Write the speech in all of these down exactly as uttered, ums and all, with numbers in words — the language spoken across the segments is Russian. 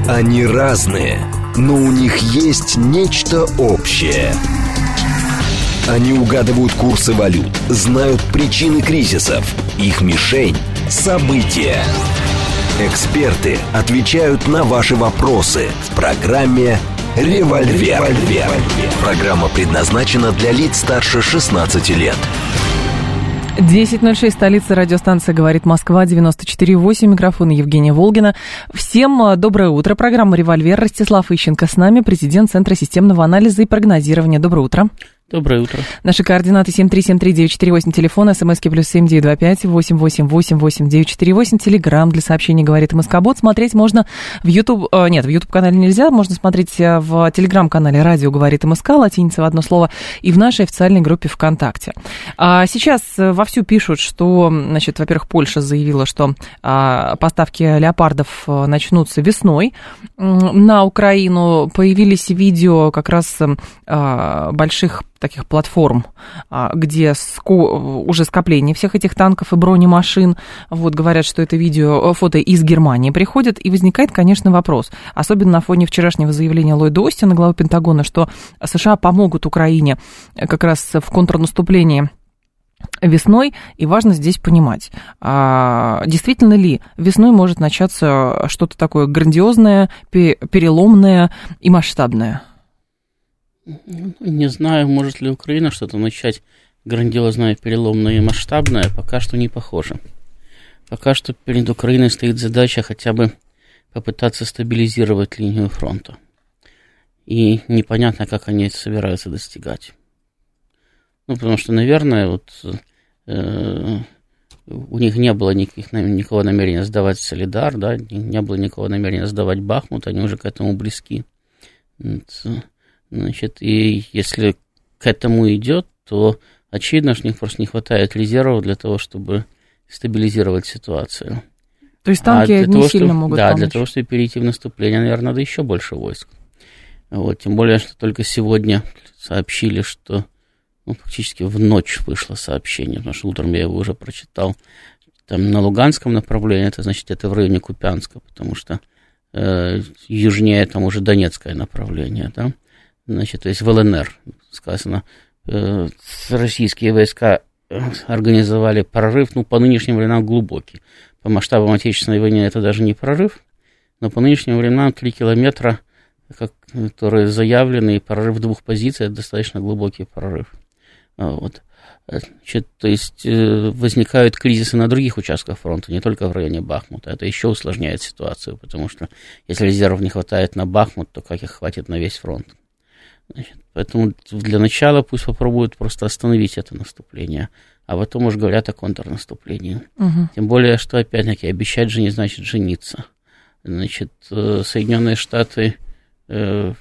Они разные, но у них есть нечто общее. Они угадывают курсы валют, знают причины кризисов. Их мишень – события. Эксперты отвечают на ваши вопросы в программе «Револьвер». Программа предназначена для лиц старше шестнадцати лет. десять ноль шесть, столица, радиостанция «Говорит Москва», девяносто четыре восемь, микрофон Евгения Волгина. Всем доброе утро. Программа «Револьвер». Ростислав Ищенко с нами, президент Центра системного анализа и прогнозирования. Доброе утро. Доброе утро. Наши координаты семь три семь три девять четыре восемь, телефон, смски плюс семь девять два пять восемь восемь восемь восемь девять четыре восемь, телеграм для сообщений «Говорит МСК-бот». Смотреть можно в YouTube, э, нет, в YouTube-канале нельзя, можно смотреть в телеграм-канале «Радио говорит МСК», латиница в одно слово, и в нашей официальной группе ВКонтакте. А сейчас вовсю пишут, что, значит, во-первых, Польша заявила, что а, поставки леопардов начнутся весной на Украину. Появились видео как раз а, больших таких платформ, где ско- уже скопление всех этих танков и бронемашин. Вот, говорят, что это видео, фото из Германии приходят, и возникает, конечно, вопрос, особенно на фоне вчерашнего заявления Ллойда Остина, главы Пентагона, что США помогут Украине как раз в контрнаступлении весной, и важно здесь понимать, а, действительно ли весной может начаться что-то такое грандиозное, переломное и масштабное? Не знаю, может ли Украина что-то начать грандиозное, переломное и масштабное, пока что не похоже. Пока что перед Украиной стоит задача хотя бы попытаться стабилизировать линию фронта. И непонятно, как они это собираются достигать. Ну, потому что, наверное, вот э, у них не было никаких, никакого намерения сдавать Солидар, да, не было никакого намерения сдавать Бахмут, они уже к этому близки. Значит, и если к этому идет, то очевидно, что у них просто не хватает резервов для того, чтобы стабилизировать ситуацию. То есть танки а не того, сильно что, могут да, помочь? Да, для того, чтобы перейти в наступление, наверное, надо еще больше войск. Вот, тем более, что только сегодня сообщили, что ну, фактически в ночь вышло сообщение, потому что утром я его уже прочитал. Там на Луганском направлении, это значит, это в районе Купянска, потому что э, южнее там уже Донецкое направление, да. Значит, то есть в ЛНР сказано, э, российские войска организовали прорыв, ну, по нынешним временам глубокий. По масштабам Отечественной войны это даже не прорыв, но по нынешним временам три километра, как, которые заявлены, и прорыв двух позиций, это достаточно глубокий прорыв. Вот. Значит, то есть э, возникают кризисы на других участках фронта, не только в районе Бахмута. Это еще усложняет ситуацию, потому что если резервов не хватает на Бахмут, то как их хватит на весь фронт? Значит, поэтому для начала пусть попробуют просто остановить это наступление, а потом уже говорят о контрнаступлении. Угу. Тем более, что, опять-таки, обещать же не значит жениться. Значит, Соединенные Штаты э,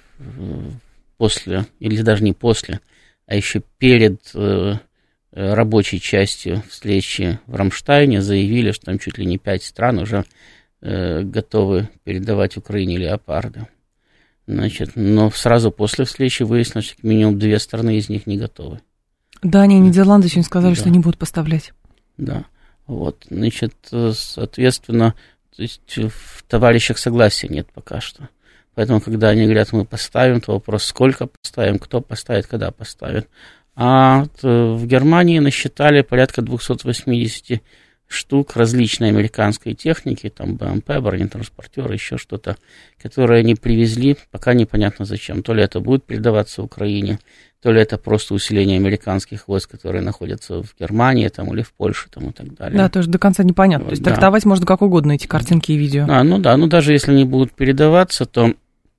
после, или даже не после, а еще перед э, рабочей частью встречи в Рамштайне заявили, что там чуть ли не пять стран уже э, готовы передавать Украине леопарды. Значит, но сразу после встречи выяснилось, что как минимум две страны из них не готовы. Дания и Нидерланды сегодня сказали, да. что не будут поставлять. Да, вот, значит, соответственно, то есть в товарищах согласия нет пока что. Поэтому, когда они говорят, мы поставим, то вопрос, сколько поставим, кто поставит, когда поставит. А в Германии насчитали порядка двести восемьдесят штук различной американской техники, там БМП, бронетранспортеры, еще что-то, которые они привезли, пока непонятно зачем. То ли это будет передаваться Украине, то ли это просто усиление американских войск, которые находятся в Германии там, или в Польше там, и так далее. Да, тоже до конца непонятно. То есть да. Трактовать можно как угодно эти картинки и видео. А, ну да, ну даже если они будут передаваться, то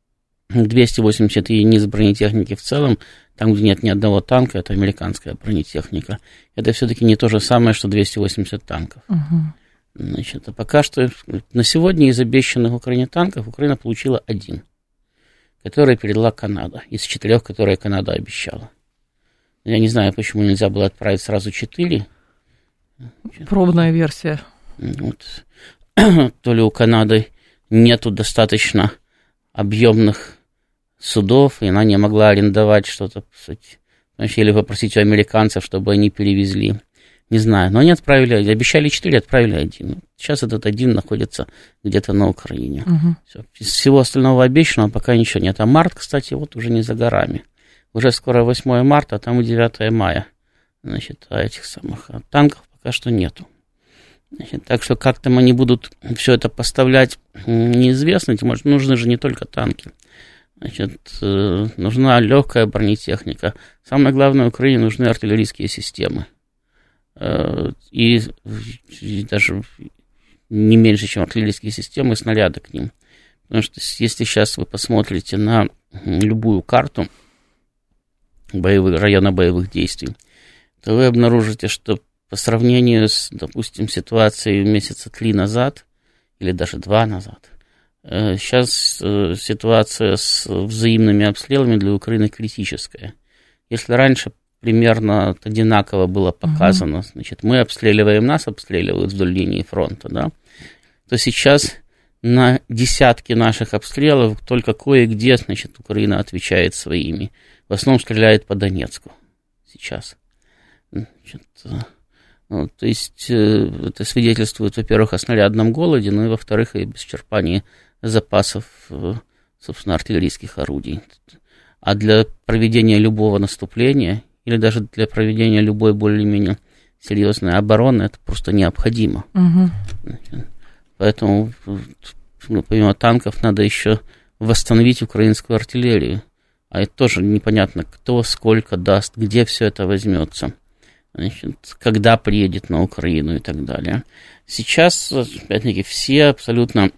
двести восемьдесят единиц бронетехники в целом, там, где нет ни одного танка, это американская бронетехника. Это все-таки не то же самое, что двести восемьдесят танков. Угу. Значит, а пока что на сегодня из обещанных Украине танков Украина получила один, который передала Канада, из четырех, которые Канада обещала. Я не знаю, почему нельзя было отправить сразу четыре. Пробная версия. Вот. То ли у Канады нету достаточно объемных судов, и она не могла арендовать что-то, или попросить у американцев, чтобы они перевезли. Не знаю, но они отправили, обещали четыре, отправили один. Сейчас этот один находится где-то на Украине. Угу. Все. Из всего остального обещанного пока ничего нет. А март, кстати, вот уже не за горами. Уже скоро восьмое марта, а там и девятое мая. Значит, а этих самых а танков пока что нету. Значит, так что как там они будут все это поставлять, неизвестно. Тем более, нужны же не только танки. Значит, нужна легкая бронетехника. Самое главное, Украине нужны артиллерийские системы. И, и даже не меньше, чем артиллерийские системы, снаряды к ним. Потому что если сейчас вы посмотрите на любую карту боевых, района боевых действий, то вы обнаружите, что по сравнению с, допустим, ситуацией месяца три назад, или даже два назад, сейчас ситуация с взаимными обстрелами для Украины критическая. Если раньше примерно одинаково было показано, uh-huh. значит, мы обстреливаем, нас обстреливают вдоль линии фронта, да, то сейчас на десятки наших обстрелов только кое-где, значит, Украина отвечает своими. В основном стреляет по Донецку сейчас. Значит, ну, то есть это свидетельствует, во-первых, о снарядном голоде, ну и, во-вторых, и об исчерпании запасов, собственно, артиллерийских орудий. А для проведения любого наступления или даже для проведения любой более-менее серьезной обороны это просто необходимо. Угу. Поэтому, ну, помимо танков, надо еще восстановить украинскую артиллерию. А это тоже непонятно, кто, сколько даст, где все это возьмется, значит, когда приедет на Украину и так далее. Сейчас, опять-таки, все абсолютно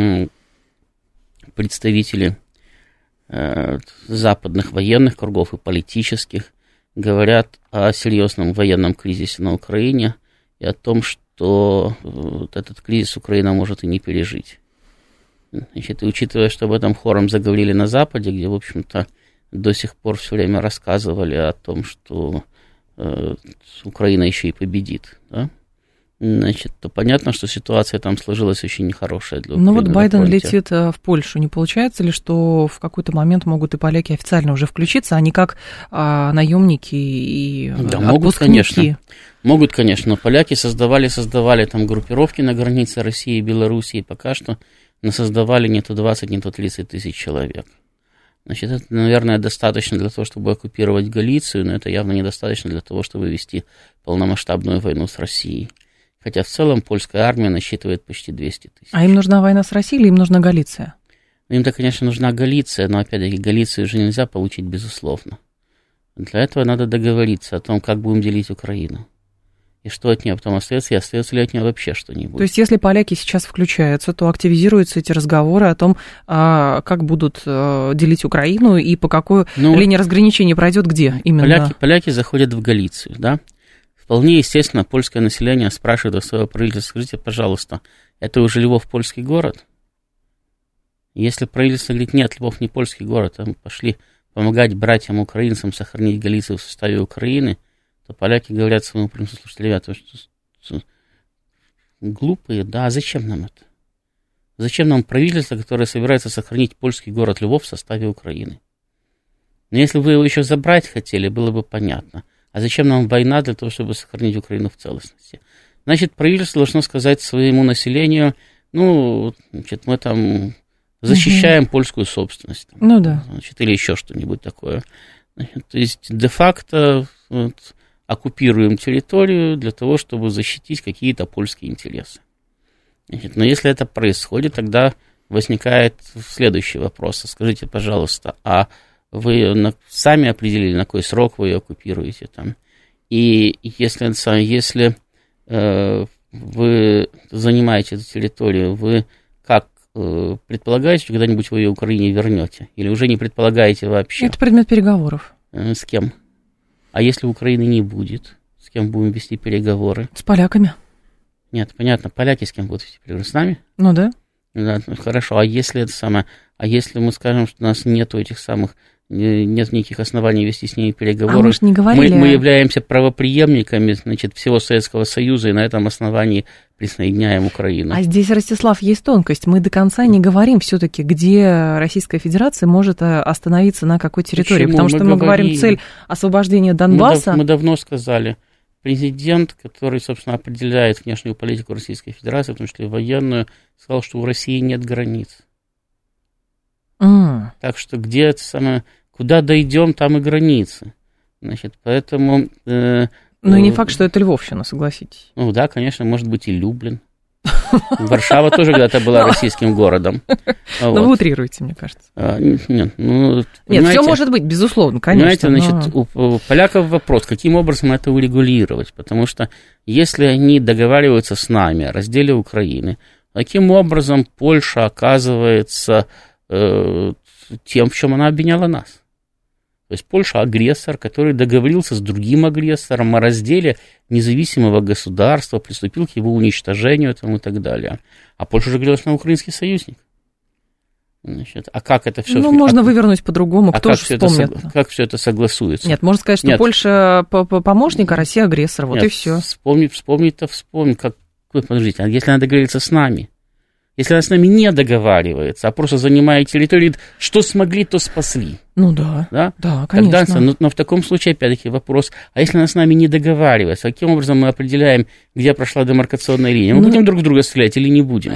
представители э, западных военных кругов и политических говорят о серьезном военном кризисе на Украине и о том, что вот этот кризис Украина может и не пережить. Значит, и учитывая, что об этом хором заговорили на Западе, где, в общем-то, до сих пор все время рассказывали о том, что э, Украина еще и победит, да? Значит, то понятно, что ситуация там сложилась очень нехорошая для Украины. Ну вот Байден летит в Польшу. Не получается ли, что в какой-то момент могут и поляки официально уже включиться, а не как а, наемники и да, отпускники? Могут, конечно. Могут, конечно. Но поляки создавали, создавали там группировки на границе России и Белоруссии. Пока что насоздавали не то двадцать, не то тридцать тысяч человек. Значит, это, наверное, достаточно для того, чтобы оккупировать Галицию, но это явно недостаточно для того, чтобы вести полномасштабную войну с Россией. Хотя в целом польская армия насчитывает почти двести тысяч. А им нужна война с Россией или им нужна Галиция? Им-то, конечно, нужна Галиция, но, опять-таки, Галицию же нельзя получить безусловно. Для этого надо договориться о том, как будем делить Украину. И что от нее потом остается, и остается ли от нее вообще что-нибудь. То есть, если поляки сейчас включаются, то активизируются эти разговоры о том, как будут делить Украину и по какой ну, линии разграничения пройдет, где именно. Поляки, поляки заходят в Галицию, да? Вполне естественно, польское население спрашивает у своего правительства: скажите, пожалуйста, это уже Львов польский город? Если правительство говорит: нет, Львов не польский город, а мы пошли помогать братьям-украинцам сохранить Галицию в составе Украины, то поляки говорят своему правительству: слушайте, ребята, что, глупые, да, а зачем нам это? Зачем нам правительство, которое собирается сохранить польский город Львов в составе Украины? Но если бы вы его еще забрать хотели, было бы понятно. А зачем нам война для того, чтобы сохранить Украину в целостности? Значит, правительство должно сказать своему населению: ну, значит, мы там защищаем угу. польскую собственность. Там, ну да. Значит, или еще что-нибудь такое. Значит, то есть, де-факто вот, оккупируем территорию для того, чтобы защитить какие-то польские интересы. Значит, но если это происходит, тогда возникает следующий вопрос. Скажите, пожалуйста, а вы на, сами определили, на какой срок вы ее оккупируете там. И если, если э, вы занимаете эту территорию, вы как э, предполагаете, что когда-нибудь вы ее Украине вернете? Или уже не предполагаете вообще? Это предмет переговоров. Э, с кем? А если Украины не будет? С кем будем вести переговоры? С поляками. Нет, понятно, поляки с кем будут вести переговоры? С нами? Ну да. Да, хорошо, а если это самое, а если мы скажем, что у нас нету этих самых, нет никаких оснований вести с ними переговоры, а мы, не говорили... мы, мы являемся правопреемниками, значит, всего Советского Союза, и на этом основании присоединяем Украину. А здесь, Ростислав, есть тонкость. Мы до конца не говорим все-таки, где Российская Федерация может остановиться на какой территории. Почему? Потому что мы, мы говорим цель освобождения Донбасса. Мы, дав- мы давно сказали, президент, который, собственно, определяет внешнюю политику Российской Федерации, в том числе военную, сказал, что у России нет границ. Mm. Так что где это самое, куда дойдем, там и границы. Значит, поэтому... Э, ну и не факт, что это Львовщина, согласитесь. Ну да, конечно, может быть и Люблин. Варшава тоже когда-то была российским городом. Но вы утрируете, мне кажется. Нет, ну... Нет, все может быть, безусловно, конечно. Понимаете, значит, у поляков вопрос, каким образом это урегулировать, потому что если они договариваются с нами о разделе Украины, каким образом Польша оказывается тем, в чем она обвиняла нас? То есть Польша агрессор, который договорился с другим агрессором о разделе независимого государства, приступил к его уничтожению там, и так далее. А Польша же говорила, что она украинский союзник. Значит, а как это все... Ну, можно а, вывернуть по-другому, а кто как же все вспомнит? Это, как все это согласуется? Нет, можно сказать, что Нет. Польша помощник, а Россия агрессор, вот Нет, и все. Вспомни, вспомни-то, вспомни, как... Подождите, а если она договорится с нами? Если она с нами не договаривается, а просто занимает территорию, что смогли, то спасли. Ну да, да, да, конечно. Тогда, но, но в таком случае, опять-таки, вопрос, а если она с нами не договаривается, каким образом мы определяем, где прошла демаркационная линия? Мы ну, будем друг в друга стрелять или не будем?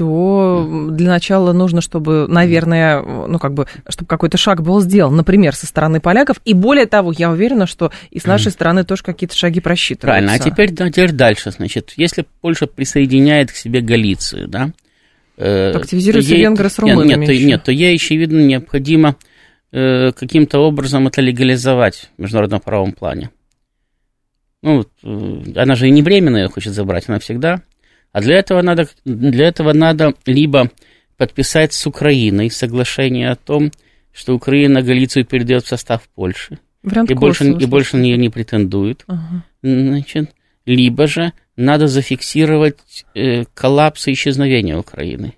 Еще для начала нужно, чтобы, наверное, ну как бы, чтобы какой-то шаг был сделан, например, со стороны поляков, и более того, я уверена, что и с нашей стороны тоже какие-то шаги просчитываются. Правильно, а теперь, да, теперь дальше, значит, если Польша присоединяет к себе Галицию, да, активизируются венгры с румынами. Нет, нет, нет, то ей, очевидно, необходимо э, каким-то образом это легализовать в международном правовом плане. Ну, э, она же и не временно ее хочет забрать, она всегда. А для этого надо, для этого надо либо подписать с Украиной соглашение о том, что Украина Галицию передает в состав Польши. Вариант и больше, и больше на нее не претендует. Ага. Значит, либо же надо зафиксировать э, коллапс и исчезновение Украины.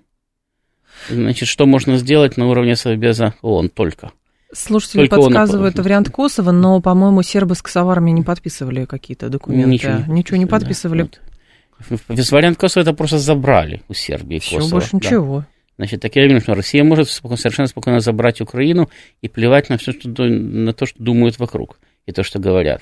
Значит, что можно сделать на уровне Совбеза ООН только? Слушатели только подсказывают он... вариант Косово, но, по-моему, сербы с косоварами не подписывали какие-то документы. Ничего, ничего не подписывали. Да, вот. Вариант Косово это просто забрали у Сербии. Все, Косово, больше да. ничего. Значит, так я вижу, что Россия может совершенно спокойно забрать Украину и плевать на все, что, на то, что думают вокруг, и то, что говорят.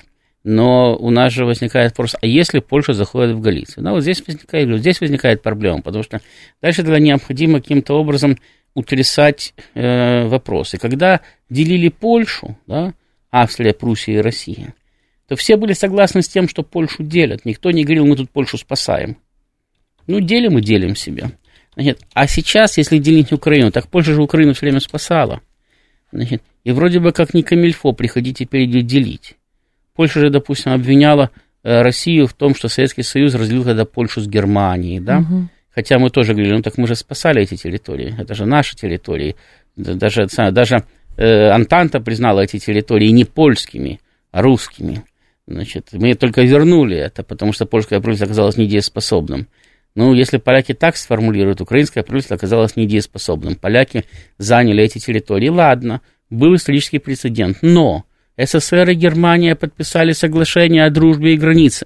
Но у нас же возникает вопрос, а если Польша заходит в Галицию? Ну, вот здесь возникает, здесь возникает проблема, потому что дальше тогда необходимо каким-то образом утрясать э, вопросы. Когда делили Польшу, да, Австрия, Пруссия и Россия, то все были согласны с тем, что Польшу делят. Никто не говорил, мы тут Польшу спасаем. Ну, делим и делим себя. Значит, а сейчас, если делить Украину, так Польша же Украину все время спасала. Значит, и вроде бы как не камильфо, приходить теперь делить. Польша же, допустим, обвиняла э, Россию в том, что Советский Союз разделил тогда Польшу с Германией, да? Угу. Хотя мы тоже говорили, ну так мы же спасали эти территории, это же наши территории. Даже, даже э, Антанта признала эти территории не польскими, а русскими. Значит, мы только вернули это, потому что польское правительство оказалось недееспособным. Ну, если поляки так сформулируют, украинское правительство оказалось недееспособным. Поляки заняли эти территории. Ладно, был исторический прецедент, но СССР и Германия подписали соглашение о дружбе и границе.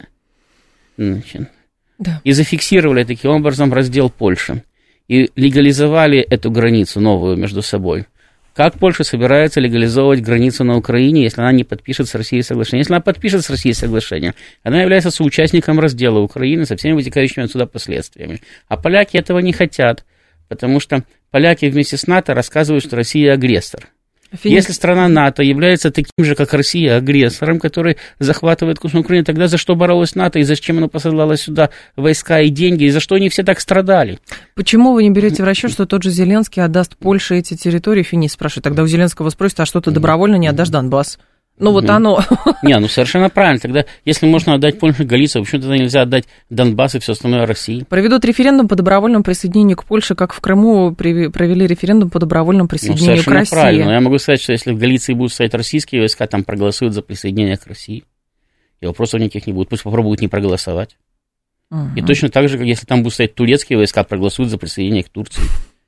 Значит, да. И зафиксировали таким образом раздел Польши. И легализовали эту границу новую между собой. Как Польша собирается легализовывать границу на Украине, если она не подпишет с Россией соглашение? Если она подпишет с Россией соглашение, она является соучастником раздела Украины со всеми вытекающими отсюда последствиями. А поляки этого не хотят, потому что поляки вместе с НАТО рассказывают, что Россия агрессор. Финис... Если страна НАТО является таким же, как Россия, агрессором, который захватывает кусок Украины, тогда за что боролась НАТО и зачем она посылала сюда войска и деньги, и за что они все так страдали? Почему вы не берете в расчет, что тот же Зеленский отдаст Польше эти территории? Финис спрашивает. Тогда у Зеленского спросят, а что ты добровольно не отдашь Донбасс? Ну, вот оно. Не, ну совершенно правильно. Тогда, если можно отдать Польше Галицию, почему тогда нельзя отдать Донбасс и все остальное России? Проведут референдум по добровольному присоединению к Польше, как в Крыму провели референдум по добровольному присоединению ну, к России. Правильно. Но я могу сказать, что если в Галиции будут стоять российские войска, там проголосуют за присоединение к России. И вопросов никаких не будет. Пусть попробуют не проголосовать. Угу. И точно так же, как если там будут стоять турецкие войска, проголосуют за присоединение к Турции.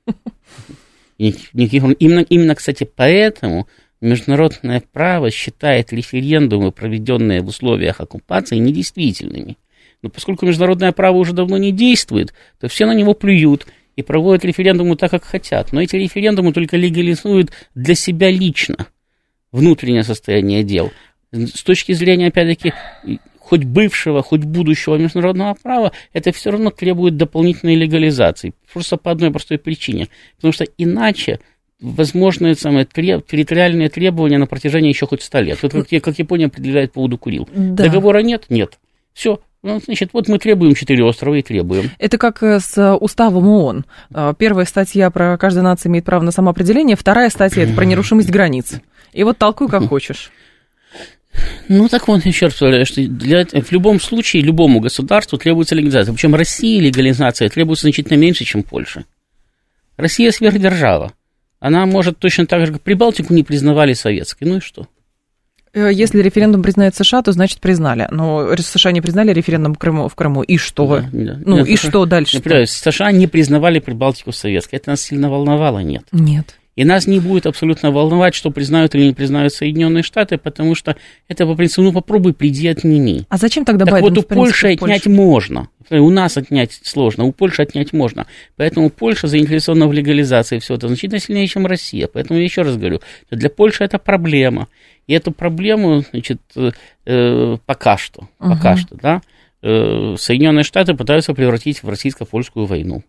Именно, именно, кстати, поэтому международное право считает референдумы, проведенные в условиях оккупации, недействительными. Но поскольку международное право уже давно не действует, то все на него плюют и проводят референдумы так, как хотят. Но эти референдумы только легализуют для себя лично внутреннее состояние дел. С точки зрения, опять-таки, хоть бывшего, хоть будущего международного права, это все равно требует дополнительной легализации. Просто по одной простой причине. Потому что иначе возможны самые треб, территориальные требования на протяжении еще хоть ста лет. Вот как, как Япония определяет по поводу Курил. Да. Договора нет? Нет. Все. Ну, значит, вот мы требуем четыре острова и требуем. Это как с уставом ООН. Первая статья про каждая нация имеет право на самоопределение, вторая статья это про нерушимость границ. И вот толкуй как хочешь. Ну, так вот, еще раз повторяю, что для, в любом случае любому государству требуется легализация. Причем России легализация требуется значительно меньше, чем Польша. Россия сверхдержава. Она может точно так же, как Прибалтику не признавали советской. Ну и что? Если референдум признает США, то значит признали. Но США не признали референдум в Крыму. В Крыму. И что? Да, да. Ну Нет, и США, что дальше? США не признавали Прибалтику советской. Это нас сильно волновало? Нет. Нет. И нас не будет абсолютно волновать, что признают или не признают Соединенные Штаты, потому что это по принципу, ну попробуй, приди, отними. А зачем тогда так Байден? Вот у Польши отнять Польшу? Можно. У нас отнять сложно, у Польши отнять можно. Поэтому Польша заинтересована в легализации всего этого значительно сильнее, чем Россия. Поэтому я еще раз говорю, для Польши это проблема. И эту проблему, значит, э, пока что, угу. пока что, да, э, Соединенные Штаты пытаются превратить в российско-польскую войну.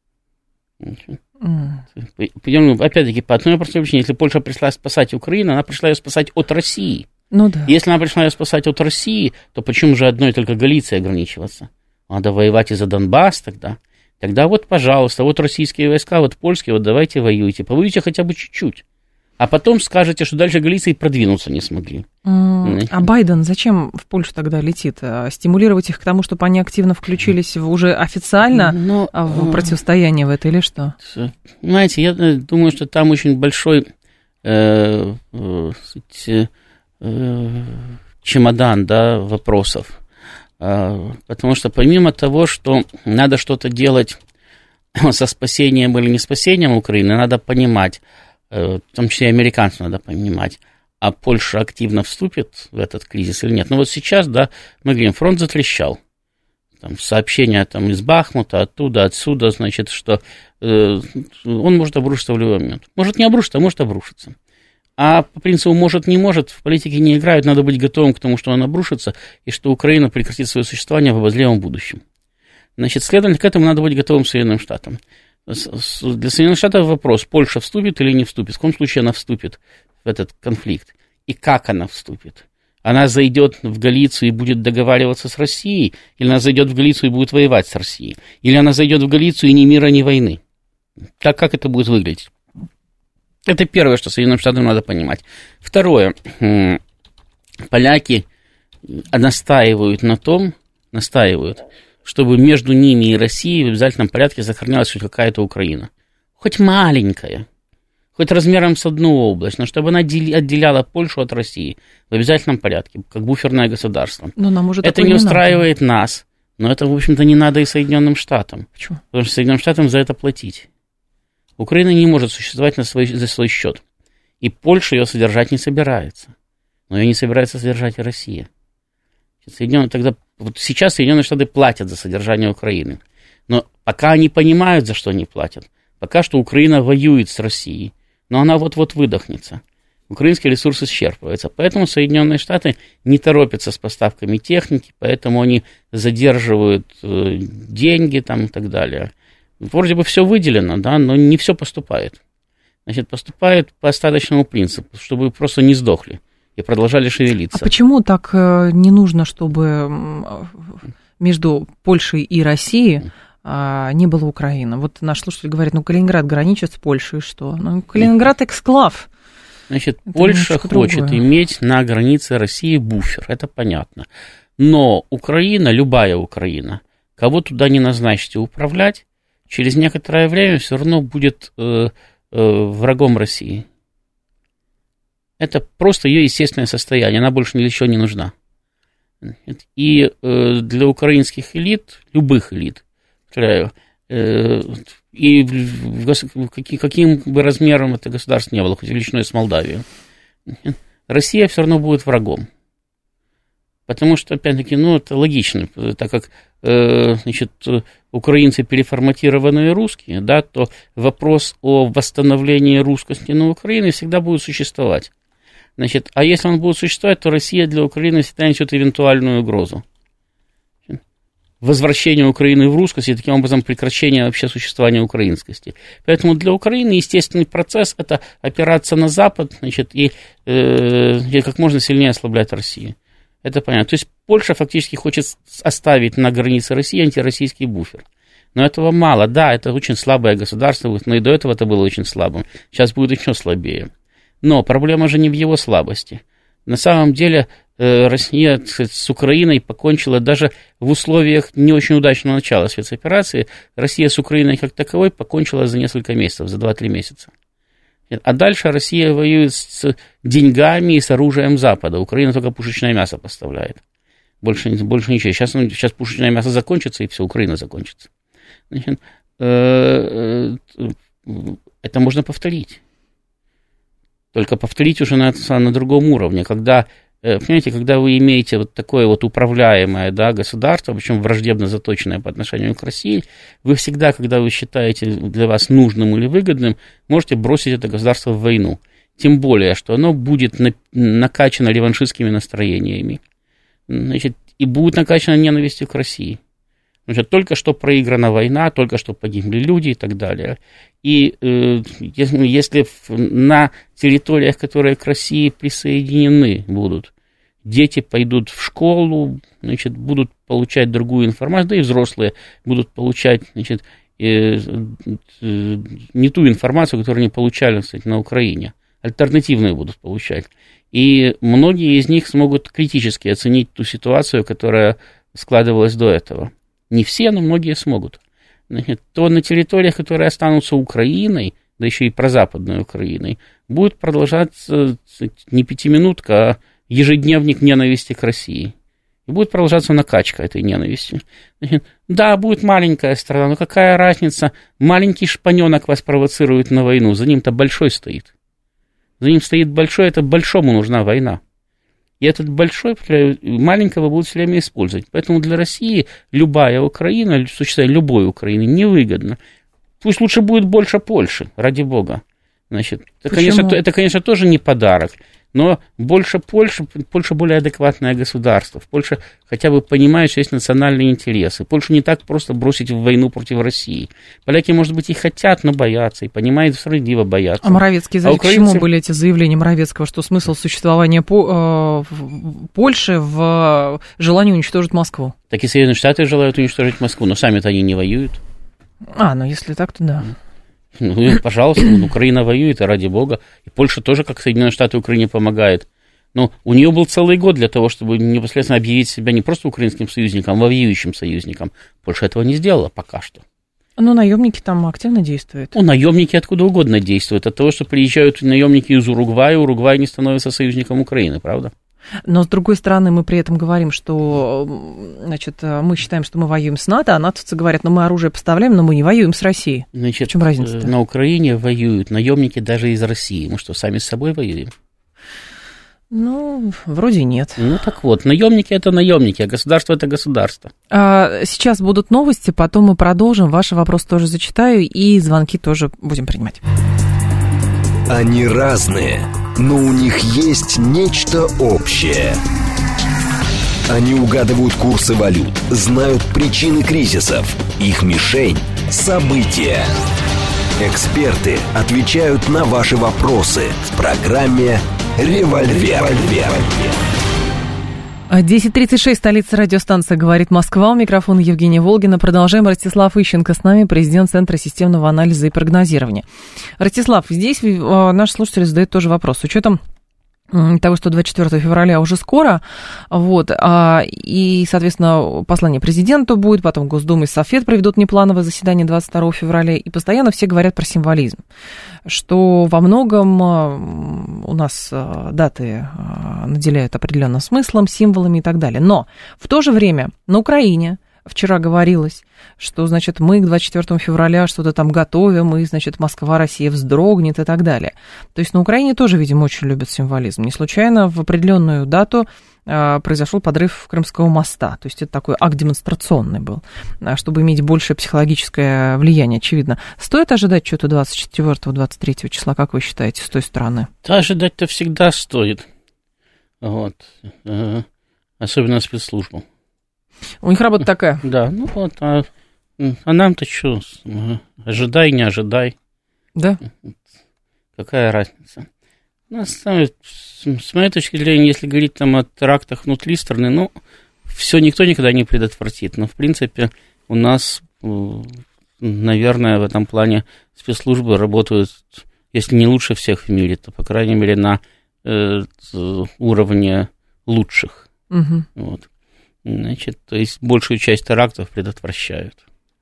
Mm. Опять-таки, по одной простой причине, если Польша пришла спасать Украину, она пришла ее спасать от России. Ну да. Если она пришла ее спасать от России, то почему же одной только Галицией ограничиваться? Надо воевать и за Донбасс тогда. Тогда вот, пожалуйста, вот российские войска, вот польские, вот давайте воюйте. Повоюйте хотя бы чуть-чуть. А потом скажете, что дальше Галиции продвинуться не смогли. Mm. А Байден зачем в Польшу тогда летит? Стимулировать их к тому, чтобы они активно включились в, уже официально Но, в противостояние в это или что? Знаете, я думаю, что там очень большой э, э, э, чемодан, да, вопросов. Э, потому что помимо того, что надо что-то делать со спасением или не спасением Украины, надо понимать, в том числе и американцам надо понимать, а Польша активно вступит в этот кризис или нет. Ну вот сейчас, да, мы говорим, фронт затрещал. Там сообщения там, из Бахмута, оттуда, отсюда, значит, что э, он может обрушиться в любой момент. Может не обрушиться, а может обрушиться. А по принципу может, не может, в политике не играют, надо быть готовым к тому, что он обрушится, и что Украина прекратит свое существование в обозримом будущем. Значит, следовательно, к этому надо быть готовым Соединенным Штатам. Для Соединенных Штатов вопрос, Польша вступит или не вступит, в каком случае она вступит в этот конфликт, и как она вступит. Она зайдет в Галицию и будет договариваться с Россией, или она зайдет в Галицию и будет воевать с Россией, или она зайдет в Галицию и ни мира, ни войны. Так как это будет выглядеть? Это первое, что Соединенным Штатам надо понимать. Второе, поляки настаивают на том, настаивают, чтобы между ними и Россией в обязательном порядке сохранялась хоть какая-то Украина. Хоть маленькая, хоть размером с одну область, но чтобы она отделяла Польшу от России в обязательном порядке, как буферное государство. Но нам уже это не устраивает надо. нас, но это, в общем-то, не надо и Соединенным Штатам. Почему? Потому что Соединенным Штатам за это платить. Украина не может существовать на свой, за свой счет. И Польша ее содержать не собирается. Но ее не собирается содержать и Россия. Соединенные, тогда, вот сейчас Соединенные Штаты платят за содержание Украины. Но пока они понимают, за что они платят, пока что Украина воюет с Россией, но она вот-вот выдохнется. Украинские ресурсы исчерпываются. Поэтому Соединенные Штаты не торопятся с поставками техники, поэтому они задерживают э, деньги там, и так далее. Вроде бы все выделено, да, но не все поступает. Значит, поступает по остаточному принципу, чтобы вы просто не сдохли и продолжали шевелиться. А почему так не нужно, чтобы между Польшей и Россией не было Украины? Вот наш слушатель говорит, ну, Калининград граничит с Польшей, что? Ну, Калининград эксклав. Значит, это Польша хочет другое. Иметь на границе России буфер, это понятно. Но Украина, любая Украина, кого туда не назначите управлять, через некоторое время все равно будет э, э, врагом России. Это просто ее естественное состояние, она больше ни для чего не нужна. И э, для украинских элит, любых элит, повторяю, э, и в, в, каким, каким бы размером это государство не было, хоть величиной с Молдавией, Россия все равно будет врагом. Потому что, опять-таки, ну, это логично, так как, э, значит, украинцы переформатированные русские, да, то вопрос о восстановлении русскости на Украине всегда будет существовать. Значит, а если он будет существовать, то Россия для Украины всегда несет эвентуальную угрозу. возвращение Украины в русскость и таким образом прекращение вообще существования украинскости. Поэтому для Украины естественный процесс – это опираться на Запад, значит, и, э, и как можно сильнее ослаблять Россию. Это понятно. То есть Польша фактически хочет оставить на границе России антироссийский буфер. Но этого мало. Да, это очень слабое государство, но и до этого это было очень слабым. Сейчас будет еще слабее. Но проблема же не в его слабости. На самом деле Россия, так сказать, с Украиной покончила даже в условиях не очень удачного начала спецоперации. Россия с Украиной как таковой покончила за несколько месяцев, за два-три месяца. А дальше Россия воюет с деньгами и с оружием Запада. Украина только пушечное мясо поставляет. Больше, больше ничего. Сейчас, сейчас пушечное мясо закончится, и все, Украина закончится. Значит, это можно повторить. Только повторить уже на, на другом уровне. Когда, понимаете, когда вы имеете вот такое вот управляемое, да, государство, причем враждебно заточенное по отношению к России, вы всегда, когда вы считаете для вас нужным или выгодным, можете бросить это государство в войну. Тем более, что оно будет на, накачано реваншистскими настроениями. Значит, и будет накачано ненавистью к России. Значит, только что проиграна война, только что погибли люди и так далее. И э, если, если на территориях, которые к России присоединены будут, дети пойдут в школу, значит, будут получать другую информацию, да и взрослые будут получать, значит, э, э, не ту информацию, которую они получали, кстати, на Украине, альтернативную будут получать. И многие из них смогут критически оценить ту ситуацию, которая складывалась до этого. Не все, но многие смогут. Значит, то на территориях, которые останутся Украиной, да еще и прозападной Украиной, будет продолжаться не пятиминутка, а ежедневник ненависти к России. И будет продолжаться накачка этой ненависти. Значит, да, будет маленькая страна, но какая разница? Маленький шпаненок вас провоцирует на войну, за ним-то большой стоит. За ним стоит большой, это большому нужна война. И этот большой, маленького будут все время использовать. Поэтому для России любая Украина, существование любой Украины невыгодно. Пусть лучше будет больше Польши, ради бога. Значит, это, конечно, это, конечно, тоже не подарок. Но больше Польши, Польша более адекватное государство. В Польше хотя бы понимают, что есть национальные интересы. Польшу не так просто бросить в войну против России. Поляки, может быть, и хотят, но боятся, и понимают, справедливо боятся. А Моровецкий, а украинцы... почему были эти заявления Моровецкого, что смысл существования по, э, Польши в желании уничтожить Москву? Так и Соединенные Штаты желают уничтожить Москву, но сами-то они не воюют. А, ну если так, то да. Ну, пожалуйста, Украина воюет, и ради бога. И Польша тоже, как Соединенные Штаты, Украине помогает. Но у нее был целый год для того, чтобы непосредственно объявить себя не просто украинским союзником, а воюющим союзником. Польша этого не сделала пока что. Ну, наемники там активно действуют. Ну, наемники откуда угодно действуют. От того, что приезжают наемники из Уругвая, Уругвай не становится союзником Украины, правда? Но, с другой стороны, мы при этом говорим, что, значит, мы считаем, что мы воюем с НАТО, а натовцы говорят, ну, мы оружие поставляем, но мы не воюем с Россией. Значит, в чем разница-то? На Украине воюют наемники даже из России. Мы что, сами с собой воюем? Ну, вроде нет. Ну, так вот, наемники – это наемники, а государство – это государство. А, сейчас будут новости, потом мы продолжим. Ваши вопросы тоже зачитаю, и звонки тоже будем принимать. Они разные, но у них есть нечто общее. Они угадывают курсы валют, знают причины кризисов, их мишень – события. Эксперты отвечают на ваши вопросы в программе «Револьвер». десять тридцать шесть, столица радиостанции «Говорит Москва». У микрофона Евгения Волгина. Продолжаем. Ростислав Ищенко с нами, президент Центра системного анализа и прогнозирования. Ростислав, здесь наш слушатель задает тоже вопрос. С учетом того, что двадцать четвёртого февраля уже скоро, вот, а, и, соответственно, послание президенту будет, потом Госдума и Совет проведут неплановое заседание двадцать второго февраля, и постоянно все говорят про символизм, что во многом у нас даты наделяют определенным смыслом, символами и так далее. Но в то же время на Украине вчера говорилось, что, значит, мы к двадцать четвёртому февраля что-то там готовим, и, значит, Москва, Россия вздрогнет и так далее. То есть на Украине тоже, видимо, очень любят символизм. Не случайно в определенную дату а, произошел подрыв Крымского моста. То есть это такой акт демонстрационный был, а, чтобы иметь большее психологическое влияние, очевидно. Стоит ожидать что-то двадцать четвёртого - двадцать третьего числа, как вы считаете, с той стороны? Да, ожидать-то всегда стоит. Вот. Особенно спецслужбам. У них работа такая. Да, ну вот, а, а нам-то что, ожидай, не ожидай. Да. Какая разница? Ну, с моей точки зрения, если говорить там о терактах внутри страны, ну, все никто никогда не предотвратит. Но, в принципе, у нас, наверное, в этом плане спецслужбы работают, если не лучше всех в мире, то, по крайней мере, на э, уровне лучших. Угу. Вот. Значит, то есть большую часть терактов предотвращают.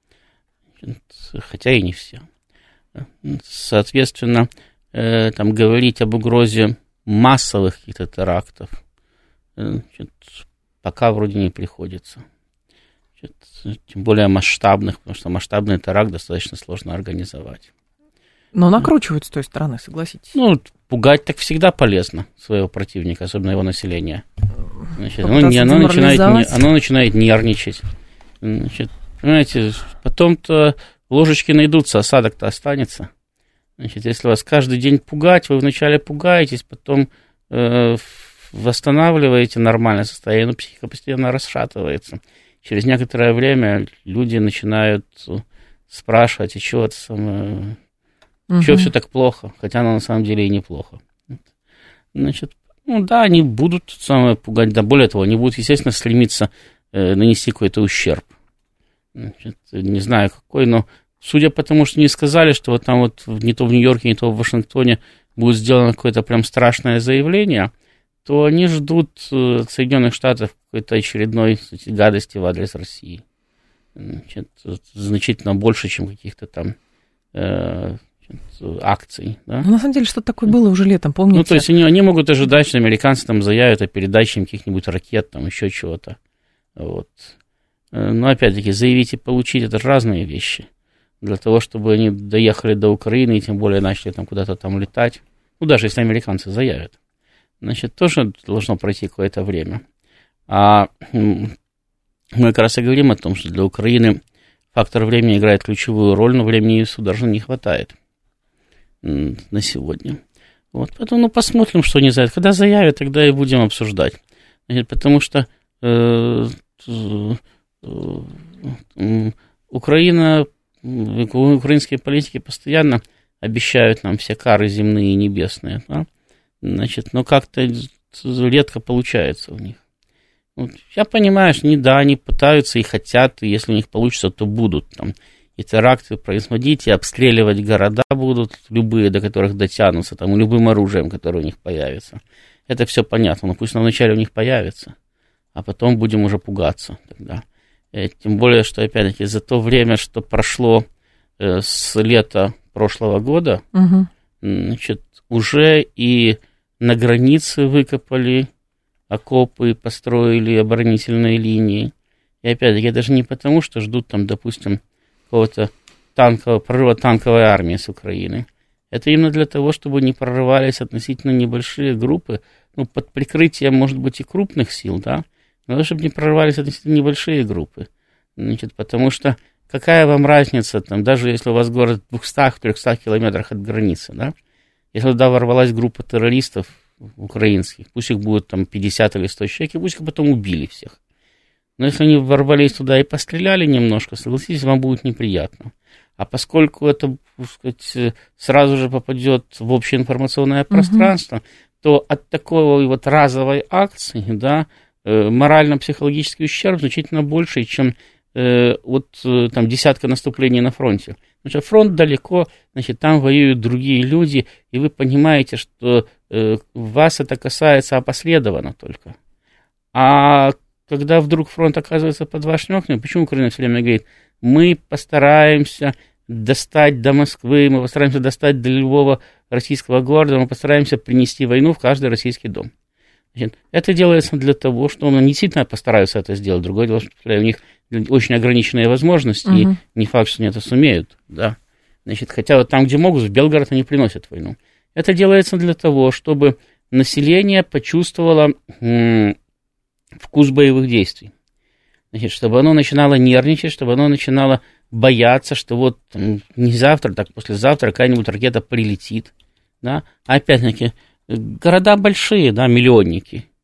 Хотя и не все. Соответственно, э, там говорить об угрозе массовых каких-то терактов э, значит, пока вроде не приходится. Значит, тем более масштабных, потому что масштабный теракт достаточно сложно организовать. Но накручивают с той стороны, согласитесь. Ну, пугать так всегда полезно своего противника, особенно его населения. Значит, оно, не, оно, начинает, не, оно начинает нервничать. Значит, понимаете, потом-то ложечки найдутся, осадок-то останется. Значит, если вас каждый день пугать, вы вначале пугаетесь, потом э, восстанавливаете нормальное состояние, но психика постепенно расшатывается. Через некоторое время люди начинают спрашивать, а чего это самое... Uh-huh. Чего все так плохо, хотя оно на самом деле и неплохо. Значит, ну да, они будут самое пугать, да, более того, они будут, естественно, стремиться э, нанести какой-то ущерб. Значит, не знаю какой, но судя по тому, что не сказали, что вот там вот не то в Нью-Йорке, не то в Вашингтоне будет сделано какое-то прям страшное заявление, то они ждут э, от Соединенных Штатов какой-то очередной, кстати, гадости в адрес России. Значит, значительно больше, чем каких-то там... Э, акций. Да? Ну, на самом деле, что-то такое было уже летом, помните? Ну, то есть они, они могут ожидать, что американцы там заявят о передаче им каких-нибудь ракет, там еще чего-то. Вот. Но, опять-таки, заявить и получить — это разные вещи. Для того, чтобы они доехали до Украины и тем более начали там куда-то там летать, ну, даже если американцы заявят, значит, тоже должно пройти какое-то время. А мы как раз и говорим о том, что для Украины фактор времени играет ключевую роль, но времени судорожно не хватает на сегодня. Вот, поэтому ну, посмотрим, что они заявят. Когда заявят, тогда и будем обсуждать. Значит, потому что э, э, Украина, украинские политики постоянно обещают нам все кары земные и небесные. Да? Значит, но как-то редко получается у них. Вот, я понимаю, что они, да, они пытаются и хотят, и если у них получится, то будут там и теракты производить, и обстреливать города будут, любые, до которых дотянутся, там, любым оружием, которое у них появится. Это все понятно, но пусть вначале у них появится, а потом будем уже пугаться тогда. И тем более, что, опять-таки, за то время, что прошло э, с лета прошлого года, угу. значит, уже и на границе выкопали окопы, построили оборонительные линии. И, опять-таки, даже не потому, что ждут там, допустим, какого-то танкового, прорыва танковой армии с Украины. Это именно для того, чтобы не прорывались относительно небольшие группы, ну, под прикрытием, может быть, и крупных сил, да, но чтобы не прорывались относительно небольшие группы. Значит, потому что какая вам разница, там, даже если у вас город в двухстах-трехстах километрах от границы, да, если туда ворвалась группа террористов украинских, пусть их будет там пятьдесят или сто человек, и пусть их потом убили всех. Но если они ворвались туда и постреляли немножко, согласитесь, вам будет неприятно. А поскольку это, так сказать, сразу же попадет в общее информационное пространство, mm-hmm. то от такой вот разовой акции, да, морально-психологический ущерб значительно больше, чем от там, десятка наступлений на фронте. Потому что фронт далеко, значит, там воюют другие люди, и вы понимаете, что вас это касается опосредованно только. А когда вдруг фронт оказывается под вашими окнами, почему Украина все время говорит, мы постараемся достать до Москвы, мы постараемся достать до любого российского города, мы постараемся принести войну в каждый российский дом. Значит, это делается для того, что они действительно постараются это сделать. Другое дело, что у них очень ограниченные возможности, uh-huh. и не факт, что они это сумеют. Да. Значит, хотя вот там, где могут, в Белгород они приносят войну. Это делается для того, чтобы население почувствовало м- вкус боевых действий. Значит, чтобы оно начинало нервничать, чтобы оно начинало бояться, что вот там, не завтра, так послезавтра какая-нибудь ракета прилетит. Да? А опять-таки, города большие, да, миллионники.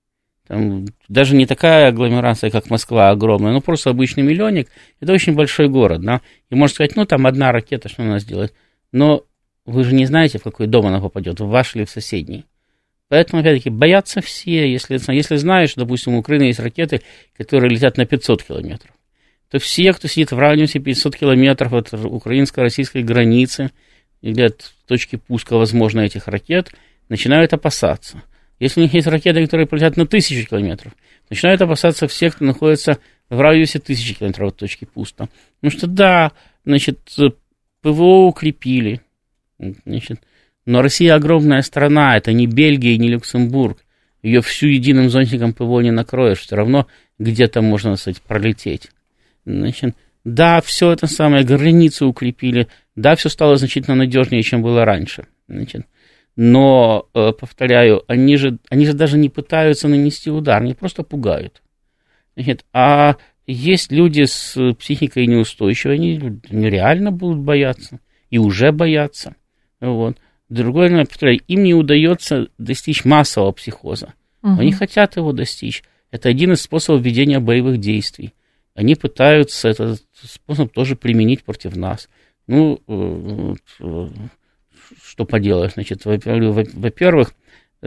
там даже не такая агломерация, как Москва, огромная, но просто обычный миллионник, это очень большой город, да, и можно сказать, ну, там одна ракета, что она сделает, но вы же не знаете, в какой дом она попадет, в ваш или в соседний. Поэтому, опять-таки, боятся все, если, если знаешь, что, допустим, у Украины есть ракеты, которые летят на пятьсот километров, то все, кто сидит в радиусе пятьсот километров от украинско-российской границы или от точки пуска, возможно, этих ракет, начинают опасаться. Если у них есть ракеты, которые полетят на тысячу километров, начинают опасаться всех, кто находится в радиусе тысячи километров от точки пуска. Потому что, да, значит, ПВО укрепили, значит, но Россия огромная страна, это не Бельгия и не Люксембург. Ее всю единым зонтиком ПВО не накроешь, все равно где-то можно, так сказать, пролететь. Значит, да, все это самое, границу укрепили, да, все стало значительно надежнее, чем было раньше. Значит, но, повторяю, они же, они же даже не пытаются нанести удар, они просто пугают. Значит, а есть люди с психикой неустойчивой, они реально будут бояться и уже боятся. Вот. Другое, повторяю, им не удается достичь массового психоза. Угу. Они хотят его достичь. Это один из способов ведения боевых действий. Они пытаются этот способ тоже применить против нас. Ну, что поделаешь, значит, во-первых,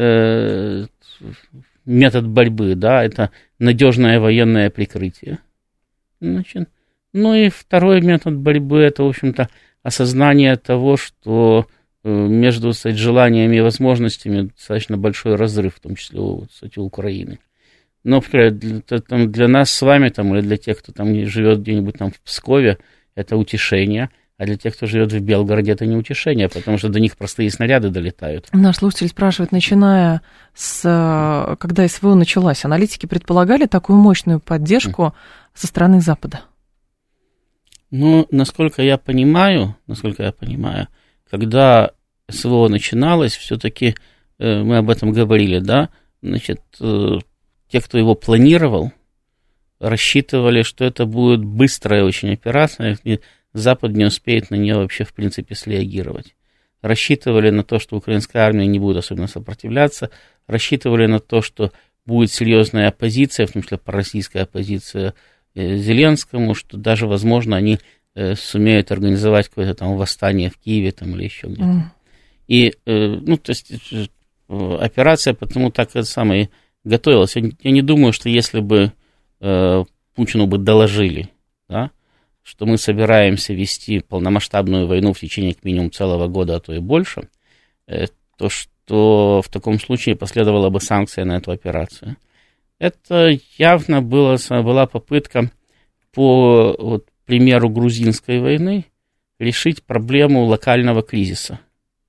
метод борьбы, да, это надежное военное прикрытие. Значит, ну и второй метод борьбы, это, в общем-то, осознание того, что между, кстати, желаниями и возможностями достаточно большой разрыв, в том числе, кстати, у Украины. Но для, там, для нас с вами, там, или для тех, кто там живет где-нибудь там в Пскове, это утешение, а для тех, кто живет в Белгороде, это не утешение, потому что до них простые снаряды долетают. Наш слушатель спрашивает, начиная с, когда СВО началась, аналитики предполагали такую мощную поддержку mm. со стороны Запада? Ну, насколько я понимаю, насколько я понимаю, когда СВО начиналось, все-таки э, мы об этом говорили, да, значит, э, те, кто его планировал, рассчитывали, что это будет быстрая очень операция, и Запад не успеет на нее вообще, в принципе, среагировать. Рассчитывали на то, что украинская армия не будет особенно сопротивляться, рассчитывали на то, что будет серьезная оппозиция, в том числе пророссийская оппозиция э, Зеленскому, что даже, возможно, они э, сумеют организовать какое-то там восстание в Киеве там, или еще где-то. Mm. И, э, ну, то есть, э, операция потому так это самое готовилась. Я, я не думаю, что если бы э, Путину бы доложили, да, что мы собираемся вести полномасштабную войну в течение как минимум целого года, а то и больше, э, то что в таком случае последовала бы санкция на эту операцию. Это явно было, была попытка по вот, примеру грузинской войны решить проблему локального кризиса.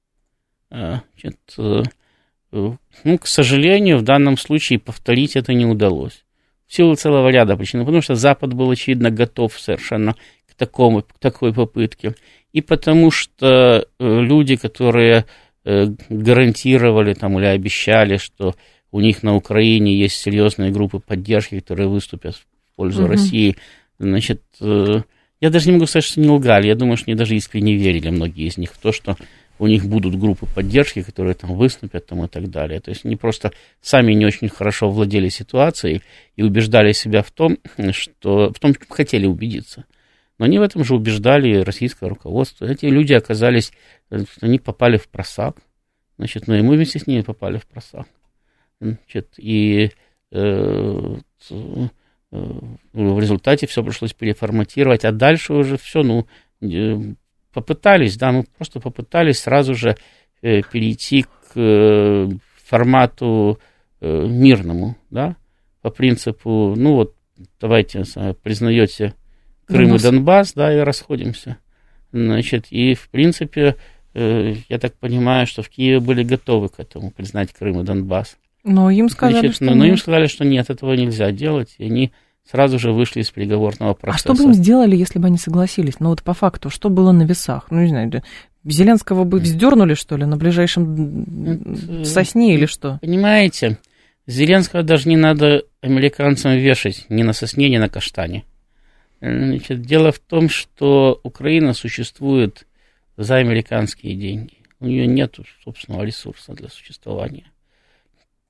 Значит, ну, к сожалению, в данном случае повторить это не удалось. В силу целого ряда причин. Потому что Запад был, очевидно, готов совершенно к, такому, к такой попытке. И потому что люди, которые гарантировали там, или обещали, что у них на Украине есть серьезные группы поддержки, которые выступят в пользу угу. России, значит, я даже не могу сказать, что не лгали. Я думаю, что они даже искренне верили, многие из них, в то, что у них будут группы поддержки, которые там выступят там, и так далее. То есть они просто сами не очень хорошо владели ситуацией и убеждали себя в том, что в том, что хотели убедиться. Но они в этом же убеждали российское руководство. Эти люди оказались, они попали в просак, значит, ну и мы вместе с ними попали в просак. Значит, и э, э, в результате все пришлось переформатировать, а дальше уже все, ну, э, попытались, да, мы просто попытались сразу же э, перейти к э, формату э, мирному, да, по принципу, ну вот, давайте, признаете Крым Донбасс. и Донбасс, да, и расходимся. Значит, и, в принципе, э, я так понимаю, что в Киеве были готовы к этому, признать Крым и Донбасс. Но им сказали, Значит, что но, нет. но им сказали, что нет, этого нельзя делать, и они сразу же вышли из переговорного процесса. А что бы им сделали, если бы они согласились? Ну вот по факту, что было на весах? Ну, не знаю, Зеленского бы вздернули, что ли, на ближайшем сосне или что? Понимаете, Зеленского даже не надо американцам вешать ни на сосне, ни на каштане. Значит, дело в том, что Украина существует за американские деньги. У нее нет собственного ресурса для существования.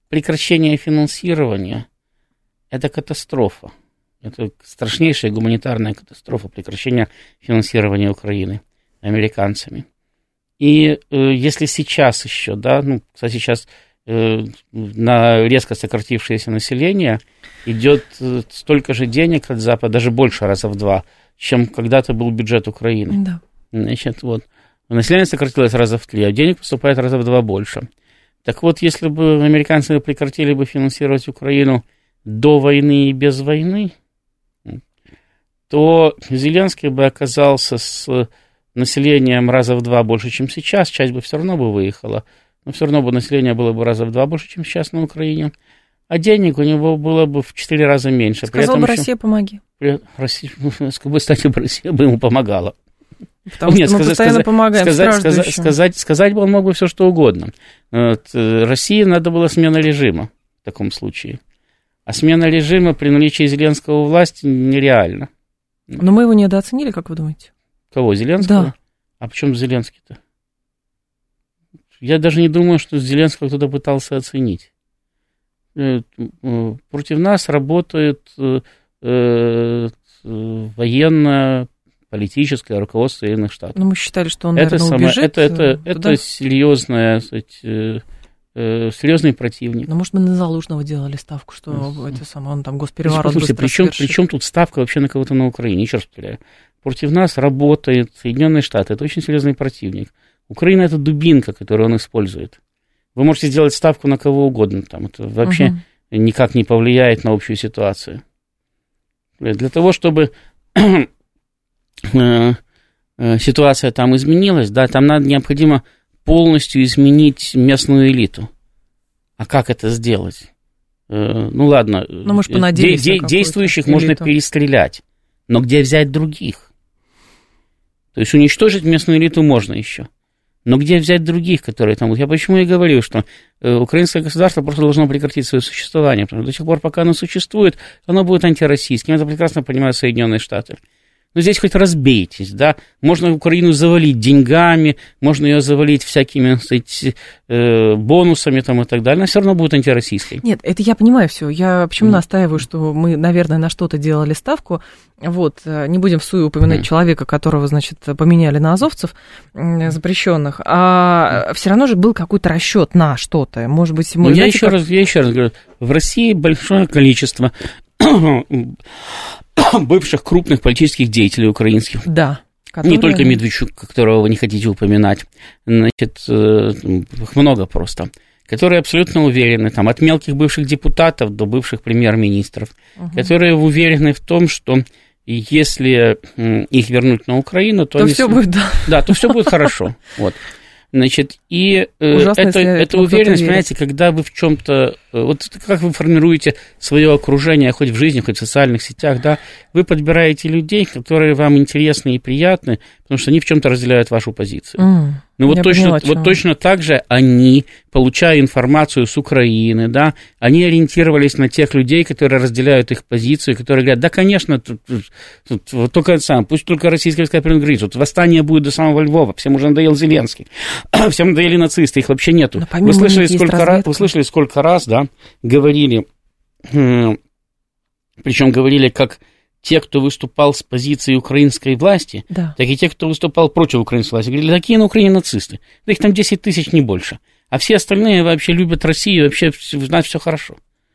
прекращение финансирования – это катастрофа. Это страшнейшая гуманитарная катастрофа, прекращение финансирования Украины американцами. И э, если сейчас еще, да, ну, кстати, сейчас э, на резко сократившееся население идет э, столько же денег от Запада, даже больше раза в два, чем когда-то был бюджет Украины. Да. Значит, вот, население сократилось раза в три, а денег поступает раза в два больше. Так вот, если бы американцы прекратили бы финансировать Украину до войны и без войны, то Зеленский бы оказался с населением раза в два больше, чем сейчас, часть бы все равно бы выехала, но все равно бы население было бы раза в два больше, чем сейчас на Украине, а денег у него было бы в четыре раза меньше. Сказал бы, Россия, помоги. Россия, кстати, Россия бы ему помогала. Потому Нет, что мы сказать, постоянно сказать, помогаем сказать, сказать, сказать, сказать бы он мог бы все, что угодно. Вот, России надо было смена режима в таком случае. А смена режима при наличии Зеленского у власти нереальна. Но мы его недооценили, как вы думаете? Кого, Зеленского? Да. А почему Зеленский-то? Я даже не думаю, что Зеленского кто-то пытался оценить. Против нас работает военно-политическое руководство Соединенных Штатов. Но мы считали, что он, наверное, это убежит. Самое, это, это, это серьезное, сказать, серьезный противник. Но, может, мы на Залужного делали ставку, что mm-hmm. это самое, он там госпереворот быстро причем, причем тут ставка вообще на кого-то на Украине? Еще раз повторяю. Против нас работает Соединенные Штаты. Это очень серьезный противник. Украина – это дубинка, которую он использует. Вы можете сделать ставку на кого угодно. Там. Это вообще mm-hmm. никак не повлияет на общую ситуацию. Для того, чтобы ситуация там изменилась, да, там надо, необходимо полностью изменить местную элиту. А как это сделать? Ну ладно, ну, может, де- де- действующих элиту. Можно перестрелять, но где взять других? То есть уничтожить местную элиту можно еще. Но где взять других, которые там... Я почему и говорю, что украинское государство просто должно прекратить свое существование, потому что до сих пор, пока оно существует, оно будет антироссийским. Это прекрасно понимают Соединенные Штаты. Но здесь хоть разбейтесь, да, можно Украину завалить деньгами, можно ее завалить всякими, так сказать, бонусами там и так далее, она все равно будет антироссийской. Нет, это я понимаю все. Я почему mm. настаиваю, что мы, наверное, на что-то делали ставку. Вот, не будем в суе упоминать mm. человека, которого, значит, поменяли на азовцев запрещенных, а mm. все равно же был какой-то расчет на что-то. Может быть, мы... Ну, я, еще как... раз, я еще раз говорю, в России большое количество бывших крупных политических деятелей украинских. Да. Которые... Не только Медведчук, которого вы не хотите упоминать. Значит, их много просто. Которые абсолютно уверены, там, от мелких бывших депутатов до бывших премьер-министров, угу. которые уверены в том, что если их вернуть на Украину, то, то они... все будет, да. Да, то все будет хорошо. Вот. Значит, и Ужасно, это, это уверенность, понимаете, когда вы в чем-то, вот как вы формируете свое окружение, хоть в жизни, хоть в социальных сетях, да, вы подбираете людей, которые вам интересны и приятны, потому что они в чем-то разделяют вашу позицию. Mm, ну вот точно, поняла, вот точно так же они, получая информацию с Украины, да, они ориентировались на тех людей, которые разделяют их позицию, которые говорят, да, конечно, тут, тут, тут, вот только сам, пусть только российская войска примут границу, тут восстание будет до самого Львова, всем уже надоел Зеленский. Всем надоели нацисты, их вообще нету. Вы слышали, сколько раз, вы слышали, сколько раз, да, говорили, причем говорили как те, кто выступал с позиции украинской власти, да. так и те, кто выступал против украинской власти, говорили, такие на Украине нацисты, да их там десять тысяч, не больше, а все остальные вообще любят Россию, вообще знают все хорошо.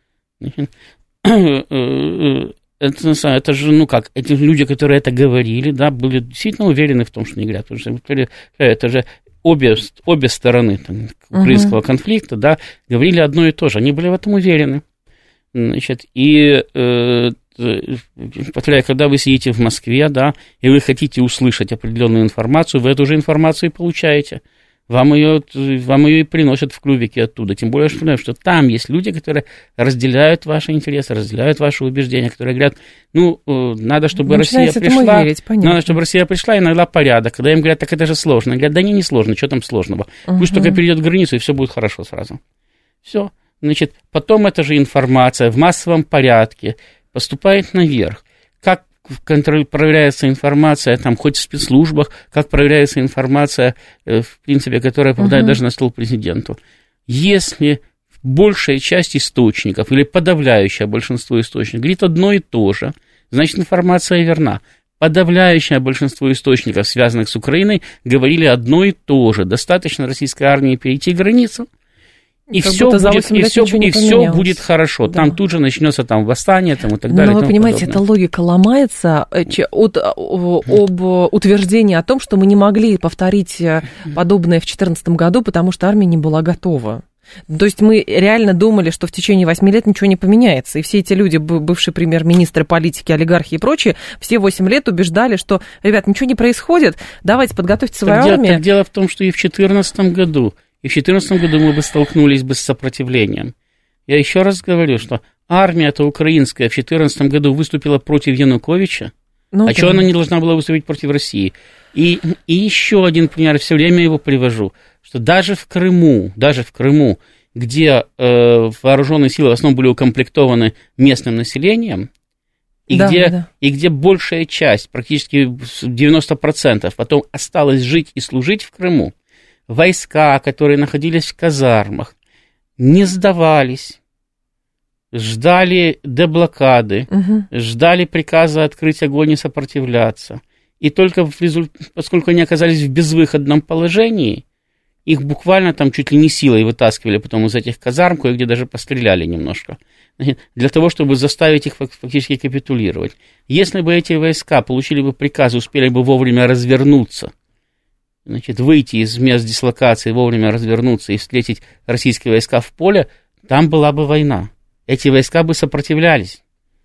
Это, это же, ну как, эти люди, которые это говорили, да, были действительно уверены в том, что они говорят, потому что это же обе, обе стороны там, украинского uh-huh. конфликта, да, говорили одно и то же, они были в этом уверены. Значит, и, э, повторяю, когда вы сидите в Москве, да, и вы хотите услышать определенную информацию, вы эту же информацию и получаете. Вам ее, вам ее и приносят в клювике оттуда. Тем более, что, что там есть люди, которые разделяют ваши интересы, разделяют ваши убеждения, которые говорят, ну, надо, чтобы Россия пришла, верить, надо, чтобы Россия пришла, и иногда порядок. Когда им говорят, так это же сложно. Они говорят, да не, не сложно, что там сложного. Угу. Пусть только перейдет границу, и все будет хорошо сразу. Все. Значит, потом эта же информация в массовом порядке поступает наверх. Как контроль, проверяется информация, там, хоть в спецслужбах, как проверяется информация, в принципе, которая попадает uh-huh. даже на стол президенту. Если большая часть источников или подавляющее большинство источников говорит одно и то же, значит, информация верна. Подавляющее большинство источников, связанных с Украиной, говорили одно и то же. Достаточно российской армии перейти границу, и все будет, и все, и все будет хорошо. Да. Там тут же начнется там восстание там, и так далее. Но вы понимаете, подобное. Эта логика ломается от, об утверждении о том, что мы не могли повторить подобное в две тысячи четырнадцатом году, потому что армия не была готова. То есть мы реально думали, что в течение восьми лет ничего не поменяется. И все эти люди, бывшие премьер-министры, политики, олигархи и прочие, все восемь лет убеждали, что, ребят, ничего не происходит, давайте подготовьте свою так армию. Так дело в том, что и в две тысячи четырнадцатом году, и в две тысячи четырнадцатом году мы бы столкнулись бы с сопротивлением. Я еще раз говорю, что армия-то украинская в две тысячи четырнадцатом году выступила против Януковича, ну, а да. Чего она не должна была выступить против России? И, и еще один пример, все время его привожу, что даже в Крыму, даже в Крыму, где э, вооруженные силы в основном были укомплектованы местным населением, и, да, где, да. и где большая часть, практически девяносто процентов, потом осталось жить и служить в Крыму, войска, которые находились в казармах, не сдавались, ждали деблокады, угу. ждали приказа открыть огонь и сопротивляться. И только в результате, поскольку они оказались в безвыходном положении, их буквально там чуть ли не силой вытаскивали потом из этих казарм, кое-где даже постреляли немножко, для того, чтобы заставить их фактически капитулировать. Если бы эти войска получили бы приказы, успели бы вовремя развернуться, значит, выйти из мест дислокации, вовремя развернуться и встретить российские войска в поле, там была бы война. Эти войска бы сопротивлялись.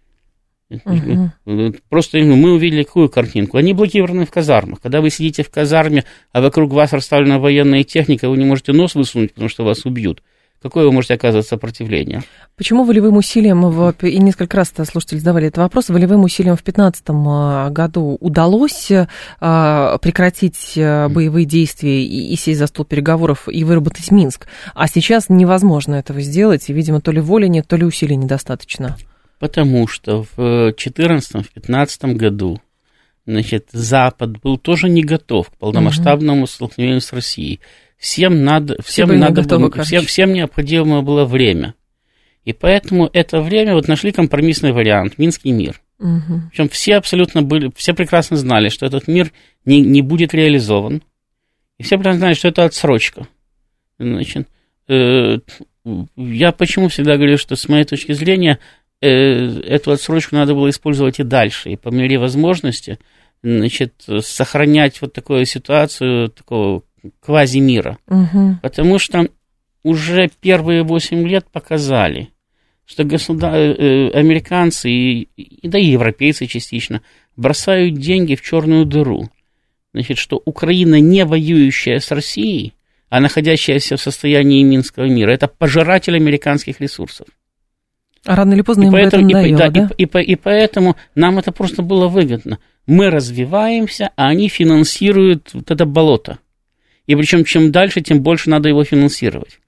Uh-huh. Просто мы увидели какую картинку. Они блокированы в казармах. Когда вы сидите в казарме, а вокруг вас расставлена военная техника, вы не можете нос высунуть, потому что вас убьют. Какое вы можете оказывать сопротивление? Почему волевым усилием, в, и несколько раз слушатели задавали этот вопрос, волевым усилием в две тысячи пятнадцатом году удалось а, прекратить боевые действия и, и сесть за стол переговоров и выработать Минск, а сейчас невозможно этого сделать, и, видимо, то ли воли нет, то ли усилий недостаточно. Потому что в две тысячи четырнадцатом — две тысячи пятнадцатом году, значит, Запад был тоже не готов к полномасштабному угу. столкновению с Россией. Всем, надо, всем, надо готовы, было, всем, всем необходимо было время. И поэтому это время вот нашли компромиссный вариант — Минский мир. Угу. Причем все абсолютно были, все прекрасно знали, что этот мир не, не будет реализован. И все прекрасно знали, что это отсрочка. Значит, э, я почему всегда говорю, что с моей точки зрения эту отсрочку надо было использовать и дальше, и по мере возможности, значит, сохранять вот такую ситуацию, такого квазимира. Угу. Потому что уже первые восемь лет показали, что государ... американцы, и, и да и европейцы частично, бросают деньги в черную дыру. Значит, что Украина, не воюющая с Россией, а находящаяся в состоянии Минского мира, это пожиратель американских ресурсов. А рано или поздно им бы это надоело, да? да? И, и, и поэтому нам это просто было выгодно. Мы развиваемся, а они финансируют вот это болото. И причем чем дальше, тем больше надо его финансировать.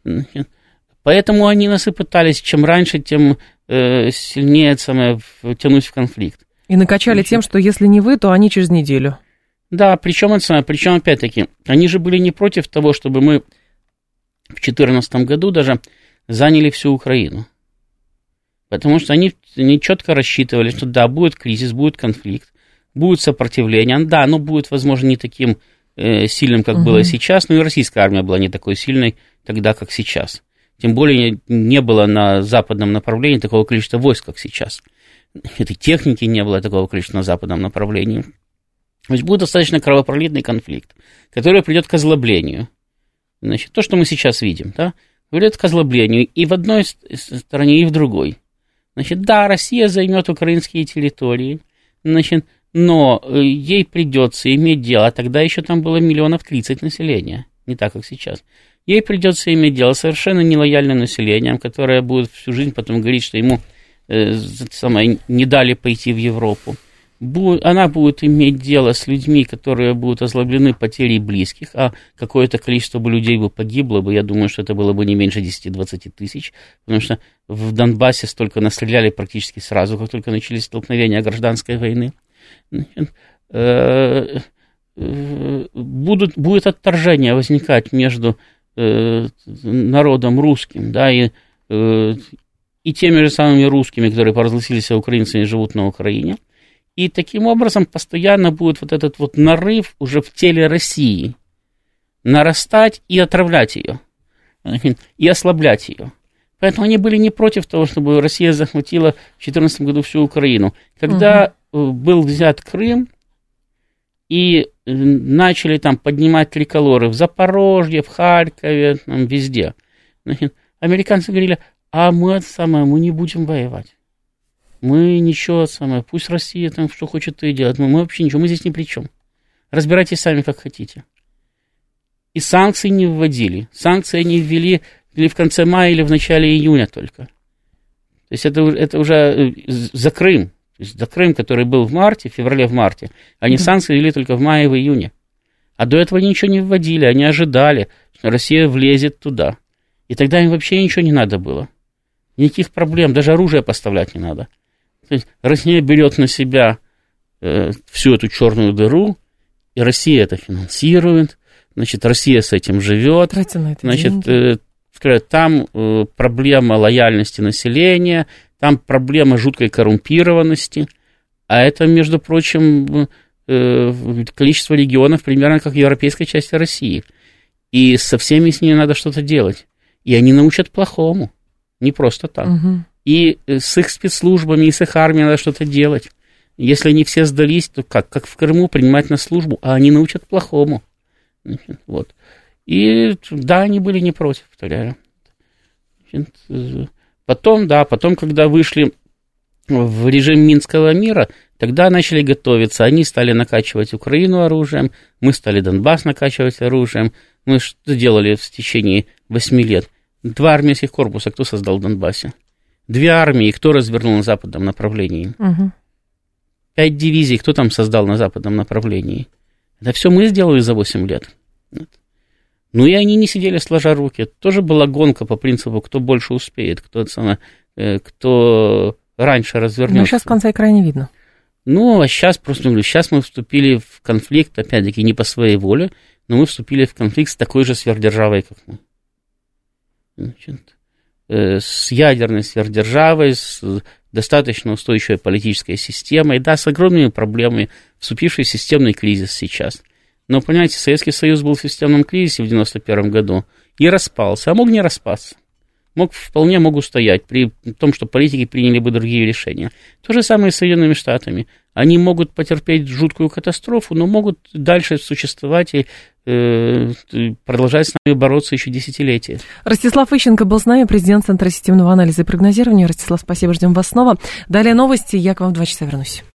Поэтому они нас и пытались, чем раньше, тем э, сильнее самое, тянуть в конфликт. И накачали Значит, тем, что если не вы, то они через неделю. Да, причем, это самое, причем опять-таки, они же были не против того, чтобы мы в две тысячи четырнадцатом году даже заняли всю Украину. Потому что они, они четко рассчитывали, что да, будет кризис, будет конфликт, будет сопротивление. Да, оно будет, возможно, не таким э, сильным, как угу. было сейчас, но и российская армия была не такой сильной тогда, как сейчас. Тем более не было на западном направлении такого количества войск, как сейчас. Этой техники не было такого количества на западном направлении. То есть будет достаточно кровопролитный конфликт, который придет к озлоблению. Значит, то, что мы сейчас видим, да, придет к озлоблению и в одной стороне, и в другой. Значит, да, Россия займет украинские территории, значит, но ей придется иметь дело, а тогда еще там было миллионов тридцать населения, не так, как сейчас. Ей придется иметь дело с совершенно нелояльным населением, которое будет всю жизнь потом говорить, что ему э, самое, не дали пойти в Европу. Будет, она будет иметь дело с людьми, которые будут озлоблены потерей близких, а какое-то количество бы людей бы погибло бы, я думаю, что это было бы не меньше десять-двадцать тысяч, потому что в Донбассе столько настреляли практически сразу, как только начались столкновения гражданской войны. Будут, будет отторжение возникать между э, народом русским, да, и, э, и теми же самыми русскими, которые поразгласили себя украинцами, живут на Украине. И таким образом постоянно будет вот этот вот нарыв уже в теле России нарастать и отравлять ее, и ослаблять ее. Поэтому они были не против того, чтобы Россия захватила в две тысячи четырнадцатом году всю Украину. Когда угу. был взят Крым, и начали там поднимать триколоры в Запорожье, в Харькове, там, везде, американцы говорили, а мы, самое, мы не будем воевать. Мы ничего, самое, пусть Россия там что хочет, то и делает. Мы, мы вообще ничего, мы здесь ни при чем. Разбирайтесь сами, как хотите. И санкции не вводили. Санкции они ввели или в конце мая, или в начале июня только. То есть это, это уже за Крым. То есть за Крым, который был в марте, в феврале, в марте. Они mm-hmm. санкции ввели только в мае и в июне. А до этого они ничего не вводили. Они ожидали, что Россия влезет туда. И тогда им вообще ничего не надо было. Никаких проблем. Даже оружие поставлять не надо. То есть Россия берет на себя э, всю эту черную дыру, и Россия это финансирует, значит, Россия с этим живет, значит, э, там э, проблема лояльности населения, там проблема жуткой коррумпированности, а это, между прочим, э, количество регионов примерно как в европейской части России, и со всеми с ними надо что-то делать, и они научат плохому, не просто так. Угу. И с их спецслужбами, и с их армией надо что-то делать. Если они все сдались, то как? Как в Крыму принимать на службу, а они научат плохому. Вот. И да, они были не против, повторяю. Потом, да, потом, когда вышли в режим Минского мира, тогда начали готовиться. Они стали накачивать Украину оружием, мы стали Донбасс накачивать оружием. Мы что делали в течение восьми лет? Два армейских корпуса кто создал в Донбассе? Две армии, кто развернул на западном направлении? Угу. Пять дивизий, кто там создал на западном направлении? Это все мы сделали за восемь лет. Ну и они не сидели сложа руки. Это тоже была гонка по принципу, кто больше успеет, кто, кто раньше развернется. Но сейчас конца и края не видно. Ну, а сейчас просто говорю, сейчас мы вступили в конфликт, опять-таки, не по своей воле, но мы вступили в конфликт с такой же сверхдержавой, как мы. Значит, с ядерной сверхдержавой, с достаточно устойчивой политической системой, да, с огромными проблемами, вступивший в системный кризис сейчас. Но, понимаете, Советский Союз был в системном кризисе в девяносто первом году и распался, а мог не распасться. Мог, вполне мог устоять при том, что политики приняли бы другие решения. То же самое с Соединенными Штатами. Они могут потерпеть жуткую катастрофу, но могут дальше существовать и э, продолжать с нами бороться еще десятилетия. Ростислав Ищенко был с нами, президент Центра системного анализа и прогнозирования. Ростислав, спасибо, ждем вас снова. Далее новости, я к вам в два часа вернусь.